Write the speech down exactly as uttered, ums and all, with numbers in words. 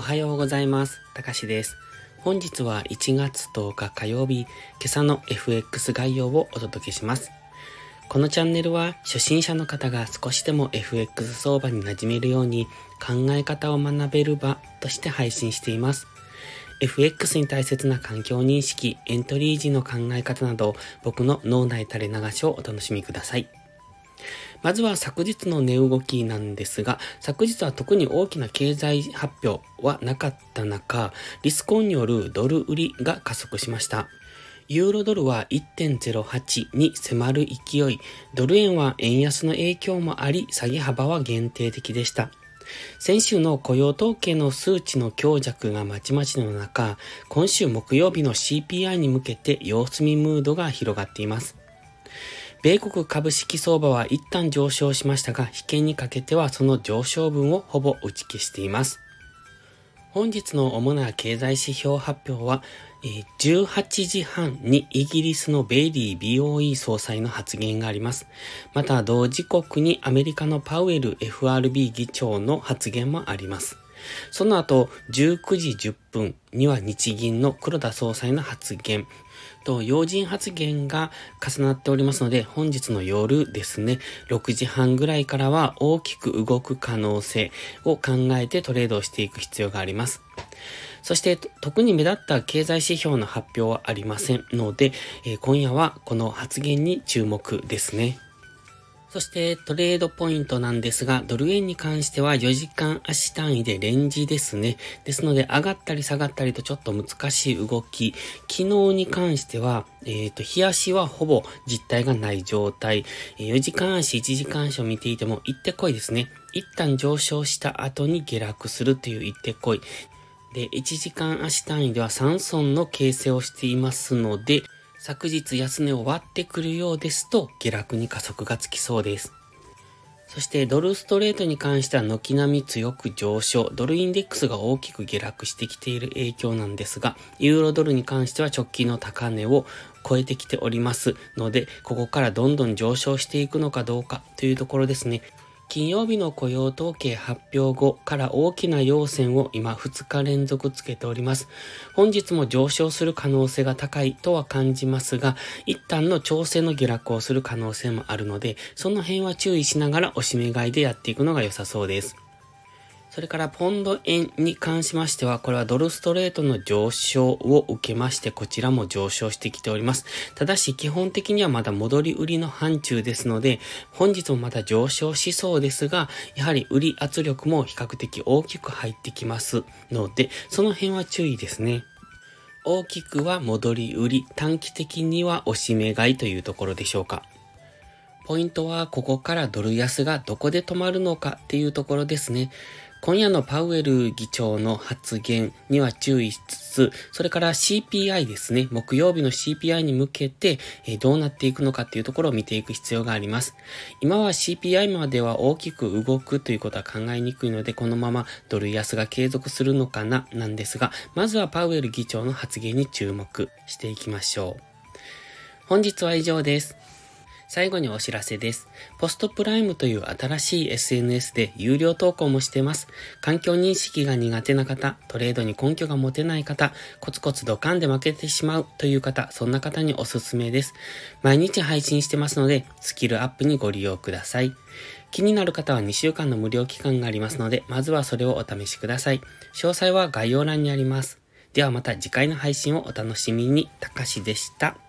はようございます。たかしです。本日はいちがつとおか火曜日、今朝の エフエックス 概要をお届けします。このチャンネルは初心者の方が少しでも エフエックス 相場に馴染めるように考え方を学べる場として配信しています。エフエックス に大切な環境認識、エントリー時の考え方など、僕の脳内垂れ流しをお楽しみください。まずは昨日の値動きなんですが、昨日は特に大きな経済発表はなかった中、リスクオンによるドル売りが加速しました。ユーロドルは いってんゼロはち に迫る勢い、ドル円は円安の影響もあり、下げ幅は限定的でした。先週の雇用統計の数値の強弱がまちまちの中、今週木曜日の シーピーアイ に向けて様子見ムードが広がっています。米国株式相場は一旦上昇しましたが、引けにかけてはその上昇分をほぼ打ち消しています。本日の主な経済指標発表は、じゅうはちじはんにイギリスのベイリー ビーオーイー 総裁の発言があります。また同時刻にアメリカのパウエル エフアールビー 議長の発言もあります。その後じゅうくじじゅっぷんには日銀の黒田総裁の発言と要人発言が重なっておりますので、本日の夜ですね、ろくじはんぐらいからは大きく動く可能性を考えてトレードをしていく必要があります。そして特に目立った経済指標の発表はありませんので、えー、今夜はこの発言に注目ですね。そしてトレードポイントなんですが、ドル円に関してはよじかん足単位でレンジですね。ですので上がったり下がったりとちょっと難しい動き。昨日に関しては、えっと、日足はほぼ実体がない状態。よじかん足、いちじかん足を見ていても行ってこいですね。一旦上昇した後に下落するという行ってこい。で、いちじかん足単位ではさん損の形成をしていますので、昨日安値を割ってくるようですと下落に加速がつきそうです。そしてドルストレートに関しては軒並み強く上昇、ドルインデックスが大きく下落してきている影響なんですが、ユーロドルに関しては直近の高値を超えてきておりますので、ここからどんどん上昇していくのかどうかというところですね。金曜日の雇用統計発表後から大きな陽線を今ふつか連続つけております。本日も上昇する可能性が高いとは感じますが、一旦の調整の下落をする可能性もあるので、その辺は注意しながら押し目買いでやっていくのが良さそうです。それからポンド円に関しましては、これはドルストレートの上昇を受けまして、こちらも上昇してきております。ただし基本的にはまだ戻り売りの範疇ですので、本日もまた上昇しそうですが、やはり売り圧力も比較的大きく入ってきますので、その辺は注意ですね。大きくは戻り売り、短期的には押し目買いというところでしょうか。ポイントはここからドル安がどこで止まるのかっていうところですね。今夜のパウエル議長の発言には注意しつつ、それから シーピーアイ ですね、木曜日の シーピーアイ に向けてどうなっていくのかっていうところを見ていく必要があります。今は シーピーアイ までは大きく動くということは考えにくいので、このままドル安が継続するのかななんですが、まずはパウエル議長の発言に注目していきましょう。本日は以上です。最後にお知らせです。ポストプライムという新しい エスエヌエス で有料投稿もしています。環境認識が苦手な方、トレードに根拠が持てない方、コツコツドカンで負けてしまうという方、そんな方におすすめです。毎日配信してますので、スキルアップにご利用ください。気になる方はにしゅうかんの無料期間がありますので、まずはそれをお試しください。詳細は概要欄にあります。ではまた次回の配信をお楽しみに。たかしでした。